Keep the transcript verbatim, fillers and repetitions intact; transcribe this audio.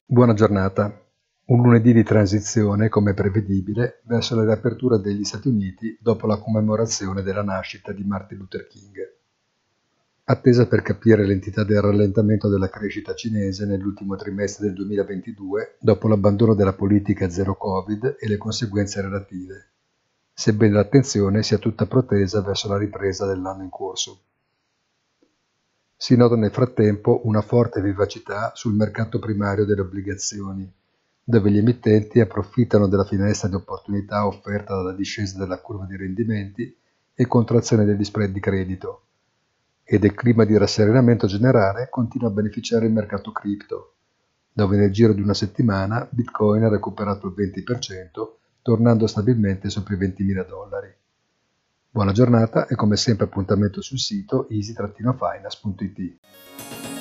Buona giornata. Un lunedì di transizione, come prevedibile, verso la riapertura degli Stati Uniti dopo la commemorazione della nascita di Martin Luther King. Attesa per capire l'entità del rallentamento della crescita cinese nell'ultimo trimestre del duemilaventidue, dopo l'abbandono della politica zero Covid e le conseguenze relative, sebbene l'attenzione sia tutta protesa verso la ripresa dell'anno in corso. Si nota nel frattempo una forte vivacità sul mercato primario delle obbligazioni, dove gli emittenti approfittano della finestra di opportunità offerta dalla discesa della curva di rendimenti e contrazione degli spread di credito, e del clima di rasserenamento generale continua a beneficiare il mercato cripto, dove nel giro di una settimana Bitcoin ha recuperato il venti per cento, tornando stabilmente sopra i ventimila dollari. Buona giornata e come sempre appuntamento sul sito easy-finance punto it.